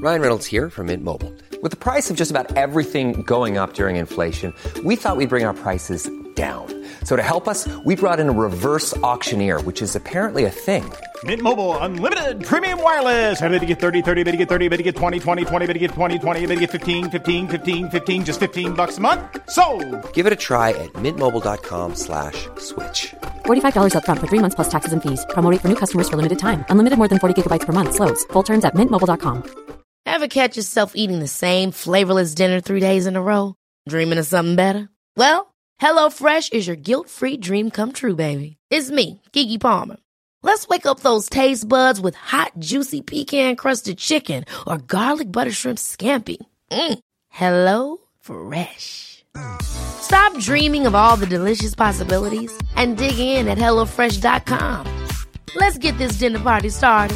Ryan Reynolds here from Mint Mobile. With the price of just about everything going up during inflation, we thought we'd bring our prices down. So to help us, we brought in a reverse auctioneer, which is apparently a thing. Mint Mobile Unlimited Premium Wireless. How to get 30, 30, bit to get 30, bit to get 20, 20, 20, bit to get 20, 20, bit to get 15, 15, 15, 15, just $15 a month? Sold! Give it a try at mintmobile.com/switch. $45 up front for 3 months plus taxes and fees. Promo rate for new customers for limited time. Unlimited more than 40 gigabytes per month. Slows full terms at mintmobile.com. Ever catch yourself eating the same flavorless dinner 3 days in a row? Dreaming of something better? Well, HelloFresh is your guilt-free dream come true, baby. It's me, Keke Palmer. Let's wake up those taste buds with hot, juicy pecan-crusted chicken or garlic butter shrimp scampi. Hello Fresh. Stop dreaming of all the delicious possibilities and dig in at HelloFresh.com. Let's get this dinner party started.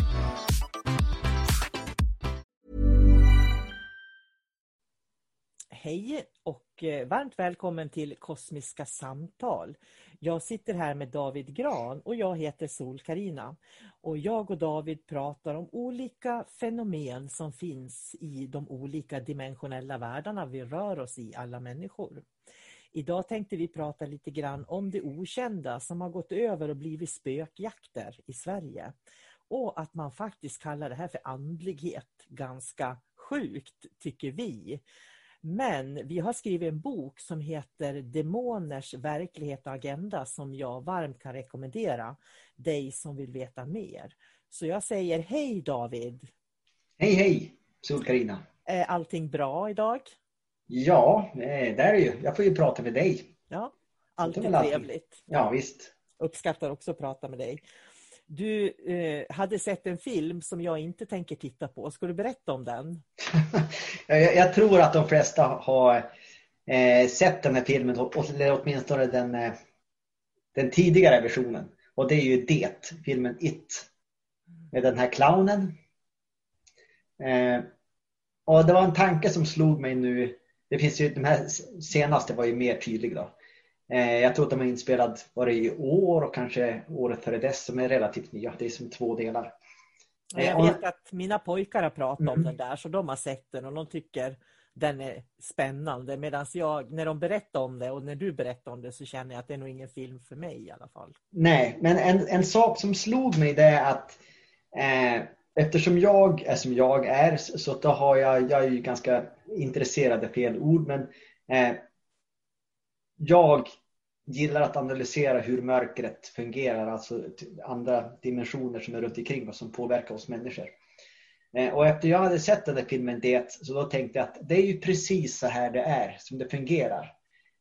Hej och varmt välkommen till Kosmiska samtal. Jag sitter här med David Gran och jag heter Sol-Carina. Och jag och David pratar om olika fenomen som finns i de olika dimensionella världarna vi rör oss i, alla människor. Idag tänkte vi prata lite grann om det okända som har gått över och blivit spökjakter i Sverige. Och att man faktiskt kallar det här för andlighet. Ganska sjukt tycker vi. Men vi har skrivit en bok som heter Demoners verklighet och agenda som jag varmt kan rekommendera dig som vill veta mer. Så jag säger hej David. Hej, Sol-Carina. Är allting bra idag? Ja, det är det ju. Jag får ju prata med dig. Ja, alltid trevligt. Ja, visst. Uppskattar också att prata med dig. Du hade sett en film som jag inte tänker titta på. Ska du berätta om den? Jag tror att de flesta har sett den här filmen, eller åtminstone den tidigare versionen. Och det är ju Det, filmen It. Med den här clownen. Och det var en tanke som slog mig nu. Det finns ju, de här senaste var ju mer tydliga då. Jag tror att de har inspelad var det i år och kanske året före dess som är relativt nya. Det är som 2 delar. Jag vet att mina pojkar har pratat om den där så de har sett den och de tycker den är spännande. Medan jag, när de berättar om det och när du berättar om det så känner jag att det är nog ingen film för mig i alla fall. Nej, men en sak som slog mig det är att eftersom jag är som jag är så då har jag är ju ganska intresserad av fel ord men jag gillar att analysera hur mörkret fungerar, alltså andra dimensioner som är runt omkring oss som påverkar oss människor. Och efter jag hade sett den där filmen Det, så då tänkte jag att det är ju precis så här det är, som det fungerar.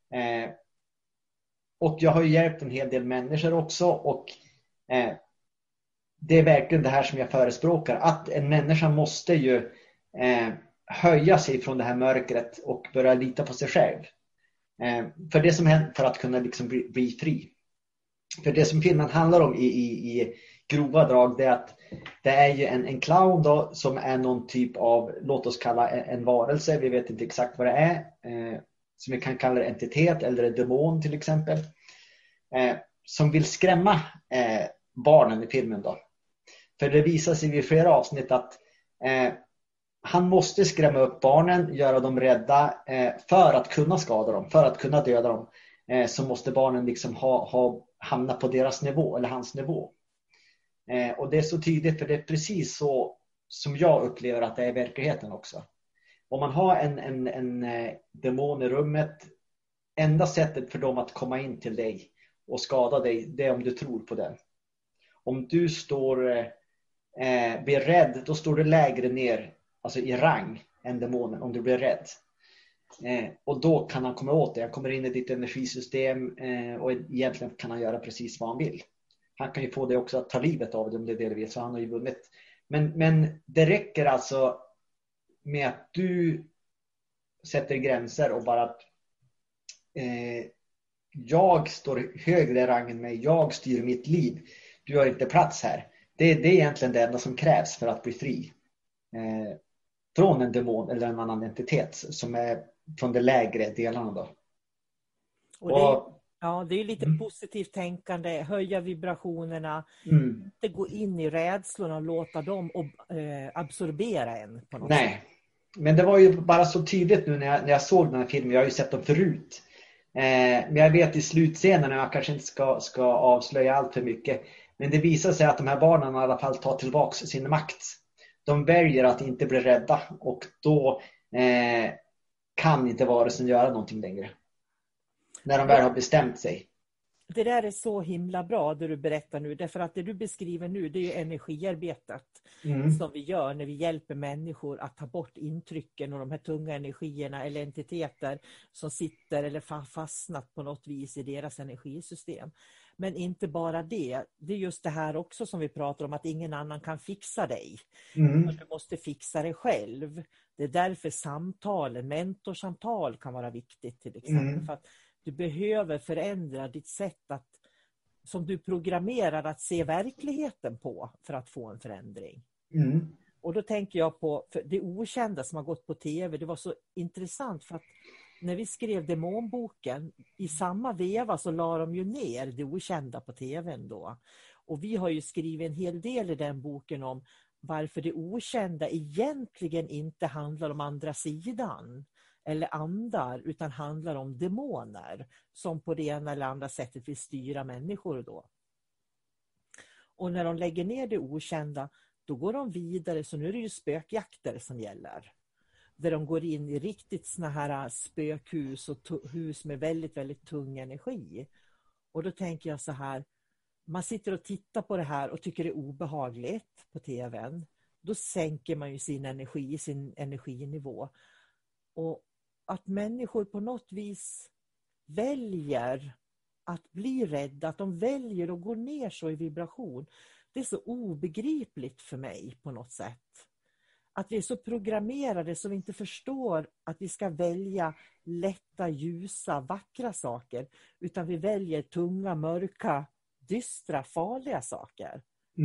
Och jag har ju hjälpt en hel del människor också och det är verkligen det här som jag förespråkar, att en människa måste ju höja sig från det här mörkret och börja lita på sig själv. För det som händer för att kunna liksom bli fri. För det som filmen handlar om i grova drag det är att det är ju en clown då, som är någon typ av, låt oss kalla en varelse, vi vet inte exakt vad det är, som vi kan kalla entitet eller en demon till exempel, som vill skrämma barnen i filmen då. För det visar sig vid flera avsnitt att han måste skrämma upp barnen, göra dem rädda för att kunna skada dem, för att kunna döda dem. Så måste barnen liksom hamna på deras nivå eller hans nivå. Och det är så tydligt för det är precis så som jag upplever att det är i verkligheten också. Om man har en demon i rummet, enda sättet för dem att komma in till dig och skada dig, det är om du tror på den. Om du blir rädd, då står du lägre ner, alltså i rang än demonen, om du blir rädd. Och då kan han komma åt dig. Han kommer in i ditt energisystem och egentligen kan han göra precis vad han vill. Han kan ju få dig också att ta livet av dig om det är det du vet, så han har ju vunnit. Men det räcker alltså med att du sätter gränser och bara att jag står högre i rang än mig, jag styr mitt liv, du har inte plats här. Det är egentligen det enda som krävs för att bli fri från en demon eller en annan entitet som är från de lägre delarna då. Och Ja, det är lite positivt tänkande, höja vibrationerna, inte gå in i rädslorna och låta dem absorbera en på något sätt. Nej, men det var ju bara så tydligt nu när jag såg den här filmen. Jag har ju sett dem förut. Men jag vet i slutscenen, jag kanske inte ska avslöja allt för mycket. Men det visar sig att de här barnen i alla fall tar tillbaka sin makt. De väljer att inte bli rädda och då kan inte varelsen göra någonting längre. När de väl har bestämt sig. Det där är så himla bra det du berättar nu. Därför att det du beskriver nu, det är ju energiarbetet som vi gör när vi hjälper människor att ta bort intrycken och de här tunga energierna eller entiteter som sitter eller fastnat på något vis i deras energisystem. Men inte bara det. Det är just det här också som vi pratar om, att ingen annan kan fixa dig. Du måste fixa dig själv. Det är därför samtalen, mentorsamtal kan vara viktigt till exempel. För att du behöver förändra ditt sätt som du programmerar att se verkligheten på för att få en förändring. Och då tänker jag på för det okända som har gått på tv. Det var så intressant för att när vi skrev demonboken, i samma veva så la de ju ner det okända på tvn då. Och vi har ju skrivit en hel del i den boken om varför det okända egentligen inte handlar om andra sidan eller andar, utan handlar om demoner som på det ena eller andra sättet vill styra människor då. Och när de lägger ner det okända, då går de vidare, så nu är det ju spökjakter som gäller. Där de går in i riktigt såna här spökhus och hus med väldigt, väldigt tung energi. Och då tänker jag så här, man sitter och tittar på det här och tycker det är obehagligt på tvn. Då sänker man ju sin energinivå. Och att människor på något vis väljer att bli rädda, att de väljer att gå ner så i vibration. Det är så obegripligt för mig på något sätt. Att vi är så programmerade så vi inte förstår att vi ska välja lätta, ljusa, vackra saker. Utan vi väljer tunga, mörka, dystra, farliga saker.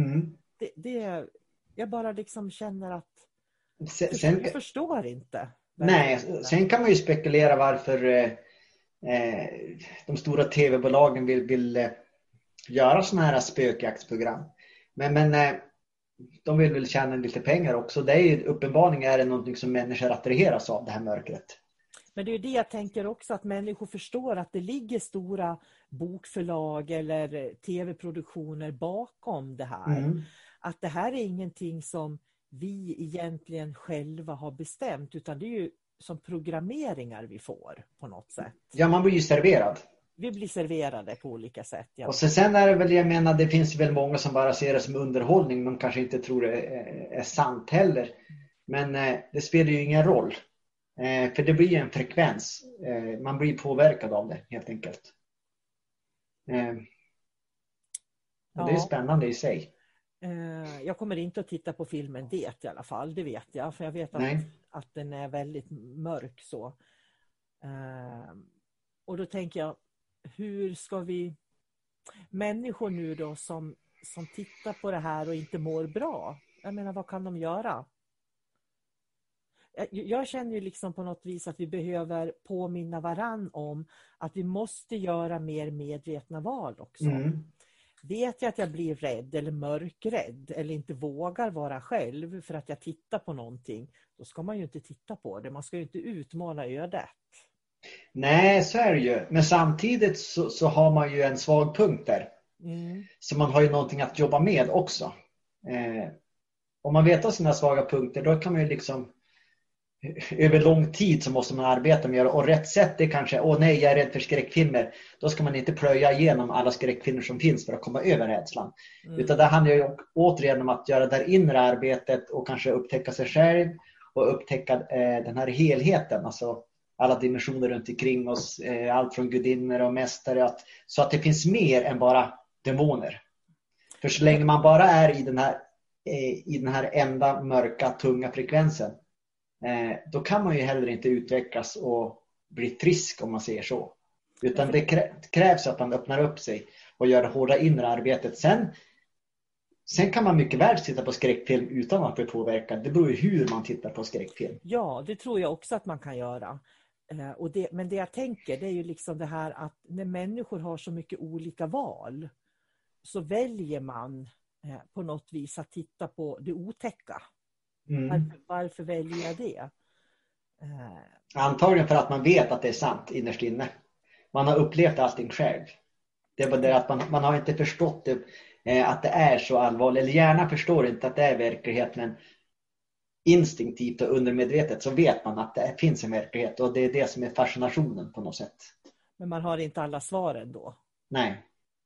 Jag bara liksom känner att jag förstår inte. Nej, sen kan man ju spekulera varför de stora tv-bolagen vill göra såna här spökjaktsprogram. Men de vill väl tjäna lite pengar också. Det är ju uppenbarligen är det någonting som människor attraheras av, det här mörkret. Men det är ju det jag tänker också, att människor förstår att det ligger stora bokförlag eller tv-produktioner bakom det här. Att det här är ingenting som vi egentligen själva har bestämt, utan det är ju som programmeringar vi får på något sätt. Ja, man blir ju serverad. Vi blir serverade på olika sätt. Ja. Och sen är det väl, jag menar, det finns väl många som bara ser det som underhållning, men kanske inte tror det är sant heller. Men det spelar ju ingen roll. För det blir en frekvens. Man blir påverkad av det helt enkelt. Och det är spännande i sig. Jag kommer inte att titta på filmen Det i alla fall, det vet jag. För jag vet att den är väldigt mörk så. Och då tänker jag, hur ska vi... Människor nu då som tittar på det här och inte mår bra. Jag menar, vad kan de göra? Jag känner ju liksom på något vis att vi behöver påminna varann om att vi måste göra mer medvetna val också. Vet jag att jag blir rädd eller mörkrädd eller inte vågar vara själv för att jag tittar på någonting, då ska man ju inte titta på det. Man ska ju inte utmana ödet. Nej, så är det ju. Men samtidigt så har man ju en svag punkt där. Så man har ju någonting att jobba med också. Om man vet av sina svaga punkter, då kan man ju liksom över lång tid så måste man arbeta med det. Och rätt sätt är kanske, nej, jag är rädd för skräckfilmer. Då ska man inte plöja igenom alla skräckfilmer som finns för att komma över rädslan. Utan det handlar ju återigen om att göra det där inre arbetet och kanske upptäcka sig själv och upptäcka den här helheten. Alltså alla dimensioner runt omkring oss, allt från gudinnor och mästare, så att det finns mer än bara demoner. För så länge man bara är i den här enda mörka, tunga frekvensen, då kan man ju heller inte utvecklas och bli frisk, om man säger så. Utan det krävs att man öppnar upp sig och gör det hårda inre arbetet. Sen kan man mycket väl titta på skräckfilm utan att bli påverkad. Det beror ju hur man tittar på skräckfilm. Ja, det tror jag också att man kan göra. Men det jag tänker, det är ju liksom det här att när människor har så mycket olika val, så väljer man på något vis att titta på det otäcka. Varför väljer jag det? Antagligen för att man vet att det är sant innerst inne. Man har upplevt allting själv. Det är bara det att man har inte förstått det, att det är så allvarligt. Eller hjärnan förstår inte att det är verklighet, men instinktivt och undermedvetet så vet man att det finns en verklighet. Och det är det som är fascinationen på något sätt. Men man har inte alla svaren då? Nej.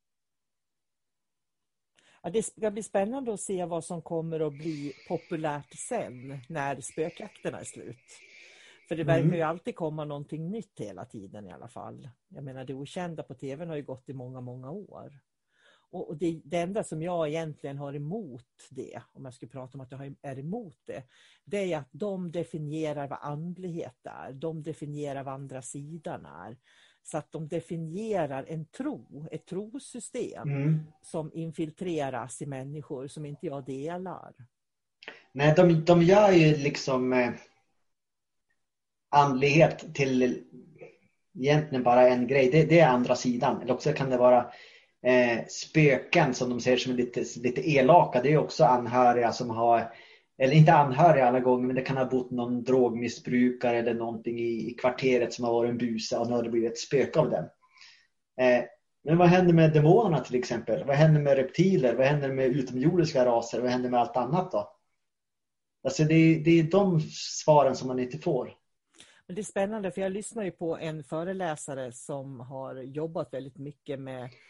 Ja, det ska bli spännande att se vad som kommer att bli populärt sen när spökjakterna är slut. För det verkar ju alltid komma någonting nytt hela tiden i alla fall. Jag menar, det okända på tv har ju gått i många, många år. Och det enda som jag egentligen har emot det, om jag skulle prata om att jag är emot det är att de definierar vad andlighet är. De definierar vad andra sidan är. Så att de definierar ett trosystem som infiltreras i människor som inte jag delar. Nej, de gör ju liksom andlighet till egentligen bara en grej. Det är andra sidan. Eller också kan det vara spöken som de ser som lite elaka. Det är också anhöriga som har, eller inte anhöriga alla gånger, men det kan ha bott någon drogmissbrukare eller någonting i kvarteret som har varit en busa och nu har det blivit ett spöke av den. Men vad händer med demonerna till exempel? Vad händer med reptiler? Vad händer med utomjordiska raser? Vad händer med allt annat då? Alltså det är de svaren som man inte får. Men det är spännande, för jag lyssnar ju på en föreläsare som har jobbat väldigt mycket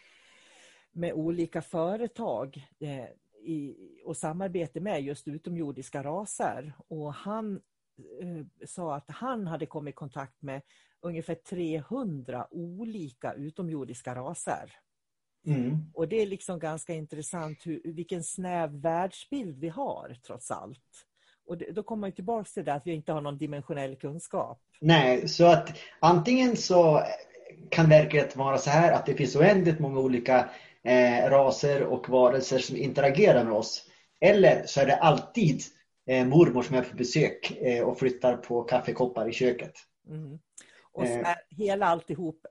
med olika företag och samarbete med just utomjordiska raser. Och han sa att han hade kommit i kontakt med ungefär 300 olika utomjordiska raser. Och det är liksom ganska intressant vilken snäv världsbild vi har trots allt. Och då kommer man tillbaka till det att vi inte har någon dimensionell kunskap. Nej, så att antingen så kan verkligheten vara så här att det finns oändligt många olika raser och varelser som interagerar med oss. Eller så är det alltid mormor som är på besök och flyttar på kaffekoppar i köket. Och så är hela alltihop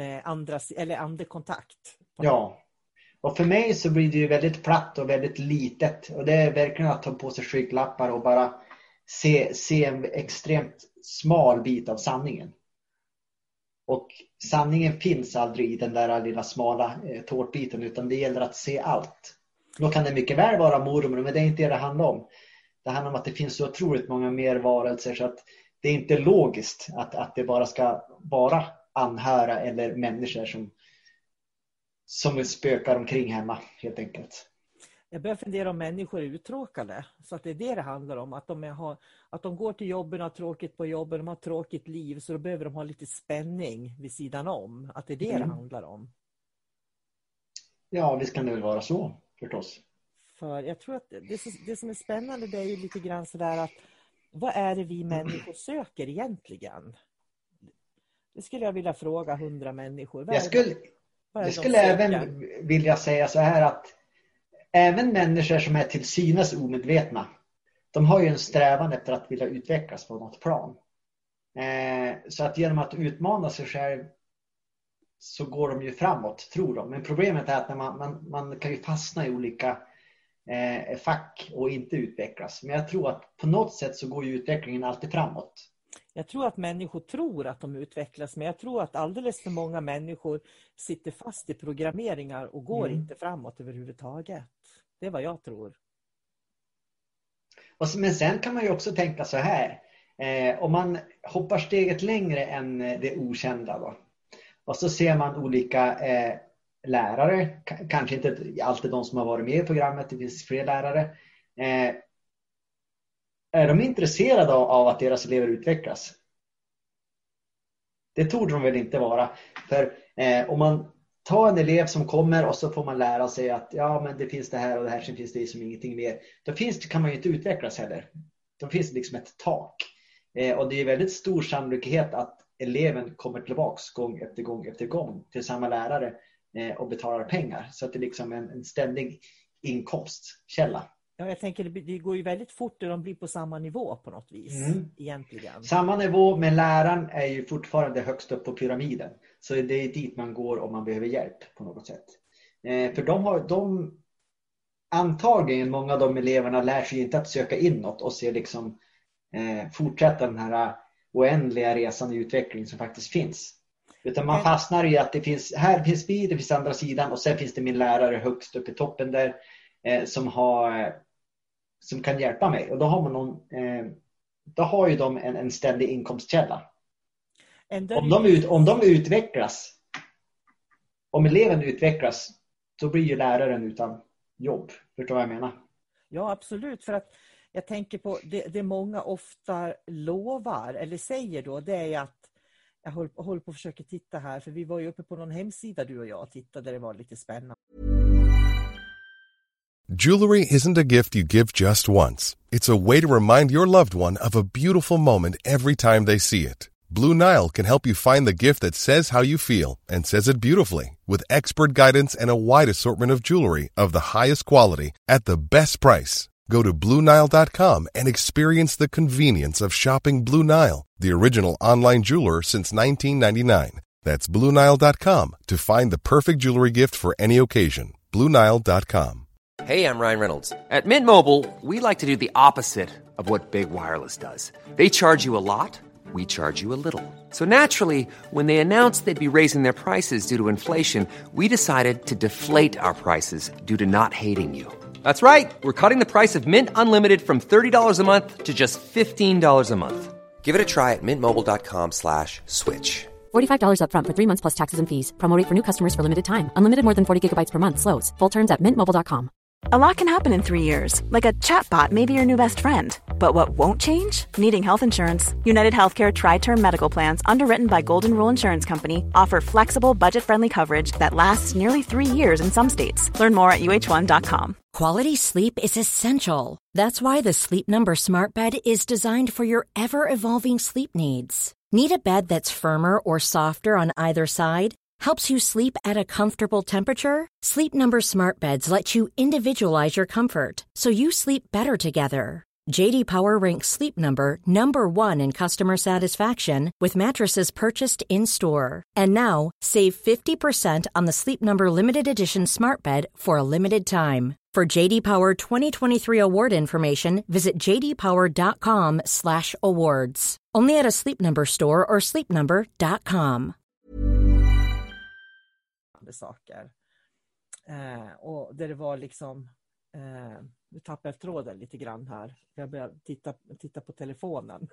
andekontakt. Ja, och för mig så blir det ju väldigt platt och väldigt litet. Och det är verkligen att ta på sig skygglappar och bara se en extremt smal bit av sanningen. Och sanningen finns aldrig i den där lilla smala tårtbiten, utan det gäller att se allt. Då kan det mycket väl vara mormor, men det är inte det handlar om. Det handlar om att det finns så otroligt många mer varelser så att det är inte logiskt att det bara ska vara anhöra eller människor som spökar omkring hemma helt enkelt. Jag börjar fundera om människor är uttråkade. Så att det är det handlar om. Att de går till jobben och har tråkigt på jobben. De har tråkigt liv. Så då behöver de ha lite spänning vid sidan om. Att det är det handlar om. Ja, visst kan det väl vara så förstås. För jag tror att det som är spännande, det är ju lite grann sådär att vad är det vi människor söker egentligen? Det skulle jag vilja fråga 100 människor. Jag skulle även vilja säga så här att även människor som är till synes omedvetna, de har ju en strävan efter att vilja utvecklas på något plan. Så att genom att utmana sig själv så går de ju framåt, tror de. Men problemet är att man kan ju fastna i olika fack och inte utvecklas. Men jag tror att på något sätt så går ju utvecklingen alltid framåt. Jag tror att människor tror att de utvecklas, men jag tror att alldeles för många människor sitter fast i programmeringar och går inte framåt överhuvudtaget. Det är vad jag tror. Men sen kan man ju också tänka så här. Om man hoppar steget längre än det okända då. Och så ser man olika lärare. Kanske inte alltid de som har varit med i programmet. Det finns fler lärare. Är de intresserade av att deras elever utvecklas? Det torde de väl inte vara. För om man tar en elev som kommer och så får man lära sig att ja, men det finns det här och det här, sen finns det som ingenting mer. Då kan man ju inte utvecklas heller. Då finns det liksom ett tak. Och det är väldigt stor sannolikhet att eleven kommer tillbaks gång efter gång till samma lärare och betalar pengar. Så att det är liksom en ständig inkomstkälla. Ja, jag tänker det går ju väldigt fort när de blir på samma nivå på något vis egentligen. Samma nivå, men läraren är ju fortfarande högst upp på pyramiden. Så det är dit man går om man behöver hjälp på något sätt. För de antagligen, många av de eleverna lär sig inte att söka inåt och se liksom fortsätta den här oändliga resan i utveckling som faktiskt finns. Utan man fastnar i att det finns vi, det finns andra sidan, och sen finns det min lärare högst upp i toppen där som kan hjälpa mig. Och då har man då har ju de en ständig inkomstkälla. Om de utvecklas, om eleven utvecklas, så blir ju läraren utan jobb. Förstår vad jag menar? Ja, absolut. För att jag tänker på det många ofta lovar eller säger då, det är att jag håller på att försöka titta här, för vi var ju uppe på någon hemsida du och jag tittade där det var lite spännande. Jewelry isn't a gift you give just once. It's a way to remind your loved one of a beautiful moment every time they see it. Blue Nile can help you find the gift that says how you feel and says it beautifully, with expert guidance and a wide assortment of jewelry of the highest quality at the best price. Go to BlueNile.com and experience the convenience of shopping Blue Nile, the original online jeweler since 1999. That's BlueNile.com to find the perfect jewelry gift for any occasion. BlueNile.com. Hey, I'm Ryan Reynolds. At Mint Mobile, we like to do the opposite of what Big Wireless does. They charge you a lot, we charge you a little. So naturally, when they announced they'd be raising their prices due to inflation, we decided to deflate our prices due to not hating you. That's right. We're cutting the price of Mint Unlimited from $30 a month to just $15 a month. Give it a try at mintmobile.com/switch. $45 up front for 3 months plus taxes and fees. Promo rate for new customers for limited time. Unlimited more than 40 gigabytes per month slows. Full terms at mintmobile.com. A lot can happen in 3 years, like a chatbot may be your new best friend. But what won't change? Needing health insurance. United Healthcare Tri-Term Medical Plans, underwritten by Golden Rule Insurance Company, offer flexible, budget-friendly coverage that lasts nearly 3 years in some states. Learn more at uh1.com. Quality sleep is essential. That's why the Sleep Number Smart Bed is designed for your ever-evolving sleep needs. Need a bed that's firmer or softer on either side? Helps you sleep at a comfortable temperature? Sleep Number Smart Beds let you individualize your comfort, so you sleep better together. JD Power ranks Sleep Number #1 in customer satisfaction with mattresses purchased in-store. And now, save 50% on the Sleep Number Limited Edition Smart Bed for a limited time. For JD Power 2023 award information, visit jdpower.com/awards. Only at a Sleep Number store or sleepnumber.com. Saker. Och där det var liksom nu tappar jag tråden lite grann här. Jag börjar titta på telefonen.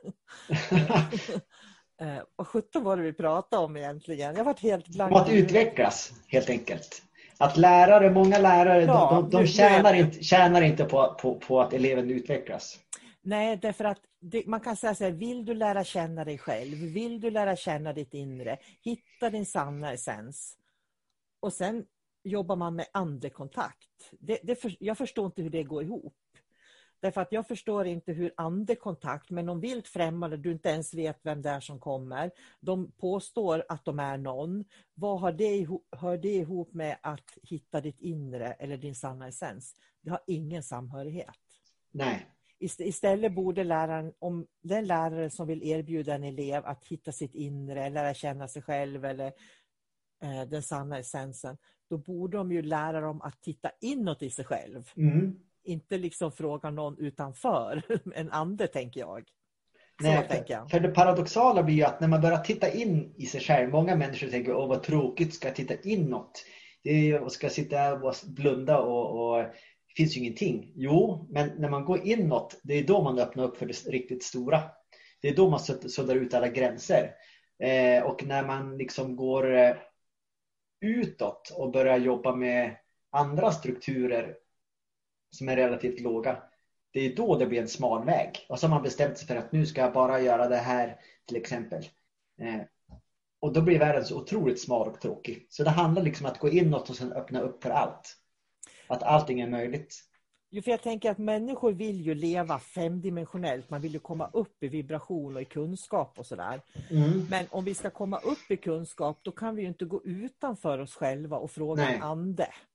Och 17 var det vi pratade om egentligen. Jag var helt blank. Att utvecklas helt enkelt. Att många lärare, de tjänar inte på att eleven utvecklas. Nej, därför att man kan säga så här, vill du lära känna dig själv? Vill du lära känna ditt inre? Hitta din sanna essens. Och sen jobbar man med andekontakt. Jag förstår inte hur det går ihop. Därför att jag förstår inte hur andekontakt med någon vilt främmande, du inte ens vet vem det är som kommer. De påstår att de är någon. Vad hör det ihop med att hitta ditt inre eller din sanna essens? Det har ingen samhörighet. Nej. Istället borde läraren, om den lärare som vill erbjuda en elev att hitta sitt inre, lära känna sig själv eller den sanna essensen, då borde de ju lära dem att titta inåt i sig själv. Inte liksom fråga någon utanför en ande, tänker jag. Nej, för det paradoxala blir ju att när man börjar titta in i sig själv, många människor tänker, vad tråkigt, ska jag titta inåt? Ska jag sitta och blunda och det finns ju ingenting. Jo, men när man går inåt, det är då man öppnar upp för det riktigt stora. Det är då man suddar ut alla gränser. Och när man liksom går utåt och börjar jobba med andra strukturer som är relativt låga, det är då det blir en smal väg. Och så har man bestämt sig för att nu ska jag bara göra det här till exempel. Och då blir världen så otroligt smal och tråkig. Så det handlar liksom om att gå inåt och sen öppna upp för allt. Att allting är möjligt. Jo, för jag tänker att människor vill ju leva femdimensionellt. Man vill ju komma upp i vibration och i kunskap och sådär. Men om vi ska komma upp i kunskap, då kan vi ju inte gå utanför oss själva och fråga en ande.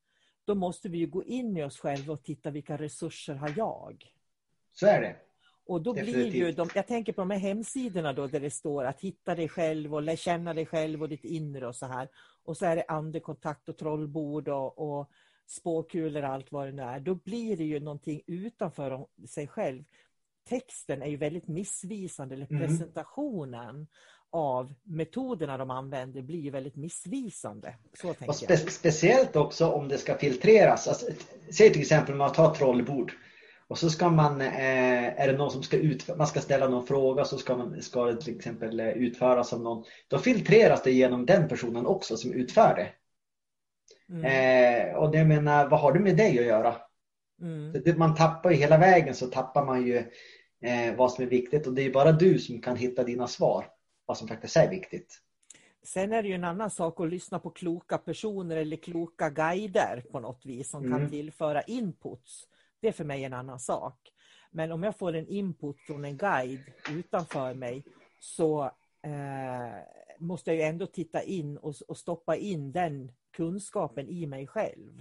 då måste vi ju gå in i oss själva och titta vilka resurser har jag. Så är det. Och då Definitivt. blir ju jag tänker på de här hemsidorna då där det står att hitta dig själv och lär känna dig själv och ditt inre och så här. Och så är det andekontakt och trollbord och spåkulor och allt vad det nu är. Då blir det ju någonting utanför sig själv. Texten är ju väldigt missvisande, eller presentationen av metoderna de använder blir ju väldigt missvisande. Så tänker och jag. Speciellt också om det ska filtreras. Alltså, säg till exempel om man tar trollbord. Och så ska man, är det någon som ska man ska ställa någon fråga, så ska det till exempel utföras av någon. Då filtreras det genom den personen också som utför det. Och det menar, vad har det med dig att göra? Så man tappar ju hela vägen, så tappar man ju vad som är viktigt. Och det är bara du som kan hitta dina svar, vad som faktiskt är viktigt. Sen är det ju en annan sak att lyssna på kloka personer eller kloka guider på något vis som kan tillföra inputs. Det är för mig en annan sak. Men om jag får en input från en guide utanför mig, så måste jag ju ändå titta in och stoppa in den kunskapen i mig själv.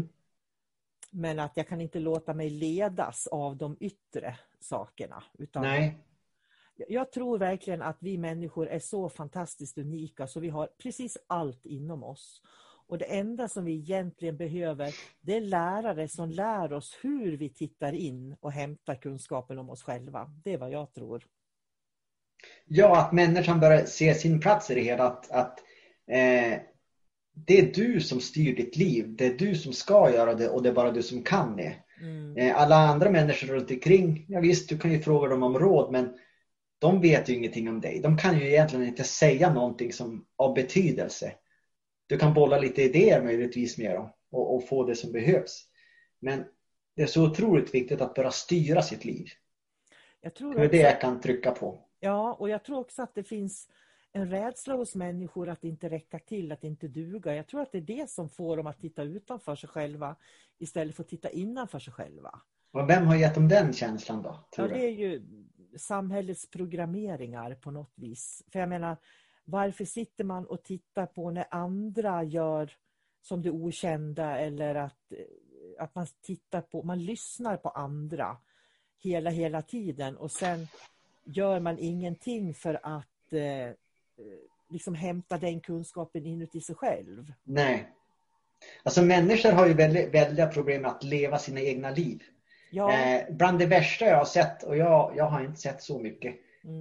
Men att jag kan inte låta mig ledas av de yttre sakerna. Utan Nej. Jag tror verkligen att vi människor är så fantastiskt unika, så vi har precis allt inom oss. Och det enda som vi egentligen behöver, det är lärare som lär oss hur vi tittar in och hämtar kunskapen om oss själva. Det är vad jag tror. Ja, att människan börjar se sin plats i det hela. Att det är du som styr ditt liv. Det är du som ska göra det, och det är bara du som kan det. Alla andra människor runt omkring, ja visst, du kan ju fråga dem om råd, men de vet ju ingenting om dig. De kan ju egentligen inte säga någonting som av betydelse. Du kan bolla lite idéer möjligtvis med dem och få det som behövs. Men det är så otroligt viktigt att börja styra sitt liv. Jag tror det är det jag kan trycka på. Ja, och jag tror också att det finns en rädsla hos människor att inte räcka till, att inte duga. Jag tror att det är det som får dem att titta utanför sig själva istället för att titta innanför sig själva. Och vem har gett dem den känslan då? Ja, det är ju samhällets programmeringar på något vis. För jag menar, varför sitter man och tittar på när andra gör som det okända, eller att man tittar på, man lyssnar på andra hela tiden, och sen gör man ingenting för att liksom hämta den kunskapen inuti sig själv. Nej. Alltså människor har ju väldiga problem med att leva sina egna liv. Ja. Bland det värsta jag har sett, och jag har inte sett så mycket.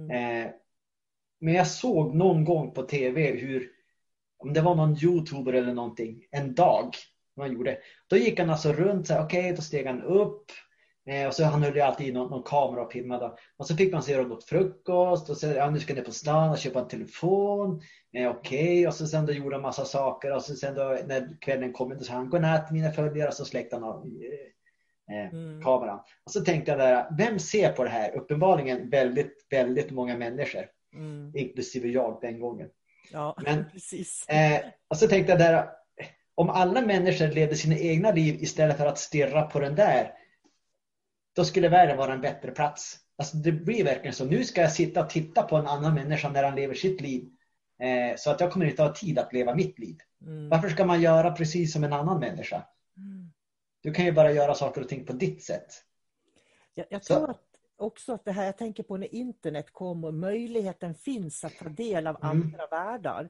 Men jag såg någon gång på tv hur, om det var någon youtuber eller någonting, en dag man gjorde. Då gick han alltså runt, okej, då steg han upp. Och så han höll ju alltid i någon kamera och filmade. Och så fick man se dem åt frukost. Och så nu ska ni på stan och köpa en telefon. Okej. Och så sen då gjorde han massa saker. Och så sen då när kvällen kom, då sa han godnatt mina följare. Och så släckte han av kameran. Och så tänkte jag där, vem ser på det här? Uppenbarligen väldigt, väldigt många människor. Inklusive jag den gången. Ja, men, precis. Och så tänkte jag där, om alla människor levde sina egna liv istället för att stirra på den där, då skulle världen vara en bättre plats. Alltså det blir verkligen så. Nu ska jag sitta och titta på en annan människa när han lever sitt liv. Så att jag kommer inte ha tid att leva mitt liv. Varför ska man göra precis som en annan människa? Du kan ju bara göra saker och ting på ditt sätt. Jag tror också att det här, jag tänker på när internet kom och möjligheten finns att ta del av andra världar.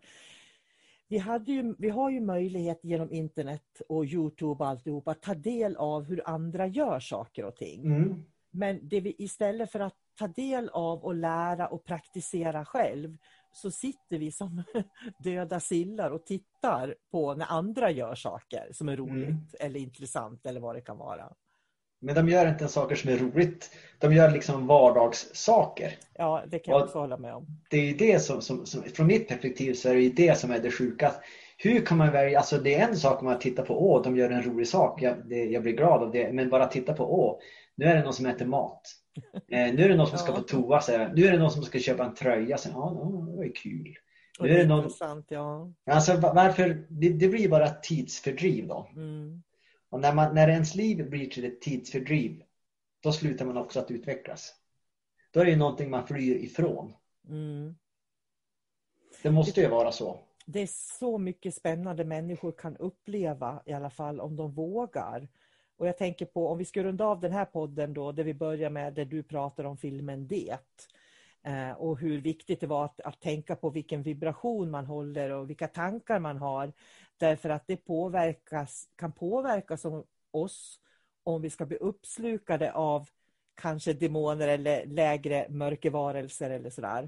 Vi har ju möjlighet genom internet och YouTube och alltihop att ta del av hur andra gör saker och ting. Men det vi, istället för att ta del av och lära och praktisera själv, så sitter vi som döda sillar och tittar på när andra gör saker som är roligt eller intressant eller vad det kan vara. Men de gör inte saker som är roligt. De gör liksom vardagssaker. Ja, det kan jag också hålla med om. Det är ju det som från mitt perspektiv så är det ju det som är det sjuka. Hur kan man välja, alltså det är en sak om man tittar på, de gör en rolig sak. Jag blir glad av det. Men bara titta på, nu är det någon som äter mat. Nu är det någon som ska på toa. Nu är det någon som ska köpa en tröja. Det var kul. Nu är det någon... intressant, ja. Alltså varför, det blir bara ett tidsfördriv då. Och när ens liv blir till ett tidsfördriv, då slutar man också att utvecklas. Då är det ju någonting man flyr ifrån. Det måste ju vara så. det är så mycket spännande människor kan uppleva, i alla fall om de vågar. Och jag tänker på, om vi ska runda av den här podden då, där vi börjar med där du pratar om filmen Det. Och hur viktigt det var att tänka på vilken vibration man håller och vilka tankar man har. Därför att det kan påverkas oss om vi ska bli uppslukade av kanske demoner eller lägre mörkervarelser eller sådär.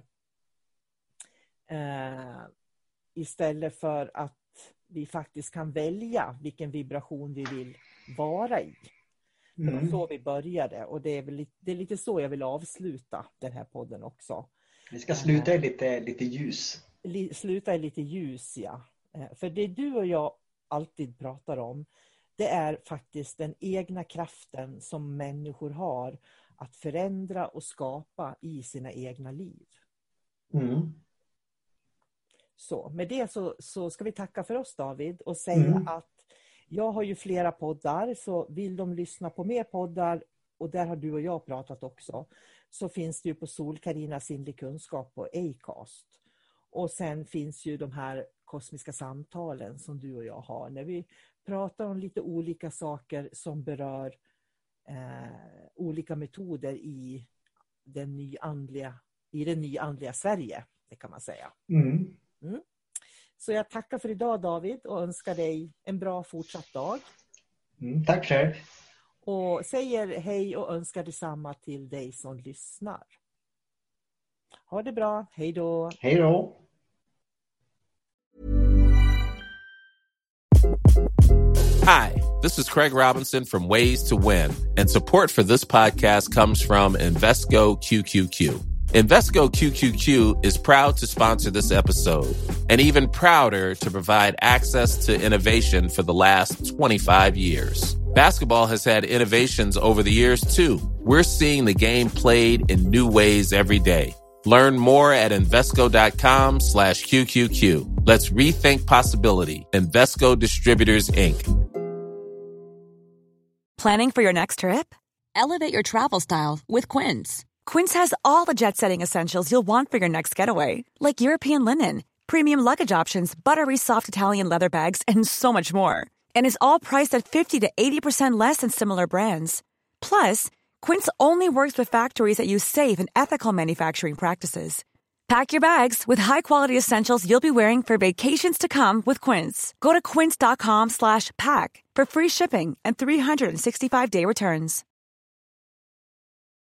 Istället för att vi faktiskt kan välja vilken vibration vi vill vara i. Det var så vi började, och det är lite så jag vill avsluta den här podden också. Vi ska sluta i lite ljus. Sluta i lite ljus, ja. För det du och jag alltid pratar om, det är faktiskt den egna kraften som människor har att förändra och skapa i sina egna liv. Så med det så ska vi tacka för oss, David, och säga att jag har ju flera poddar, så vill de lyssna på mer poddar, och där har du och jag pratat också, så finns det ju på Sol-Carina Sinnlig Kunskap på Acast. Och sen finns ju de här kosmiska samtalen som du och jag har, när vi pratar om lite olika saker som berör olika metoder i det nyandliga Sverige, det kan man säga. Så jag tackar för idag, David, och önskar dig en bra fortsatt dag. Tack själv. Och säger hej och önskar detsamma till dig som lyssnar. Ha det bra. Hej då. Hej då. Hi, this is Craig Robinson from Ways to Win, and support for this podcast comes from Invesco QQQ. Invesco QQQ is proud to sponsor this episode, and even prouder to provide access to innovation for the last 25 years. Basketball has had innovations over the years, too. We're seeing the game played in new ways every day. Learn more at Invesco.com/QQQ. Let's rethink possibility. Invesco Distributors, Inc. Planning for your next trip? Elevate your travel style with Quince. Quince has all the jet-setting essentials you'll want for your next getaway, like European linen, premium luggage options, buttery soft Italian leather bags, and so much more. And is all priced at 50 to 80% less than similar brands. Plus, Quince only works with factories that use safe and ethical manufacturing practices. Pack your bags with high-quality essentials you'll be wearing for vacations to come with Quince. Go to quince.com/pack for free shipping and 365-day returns.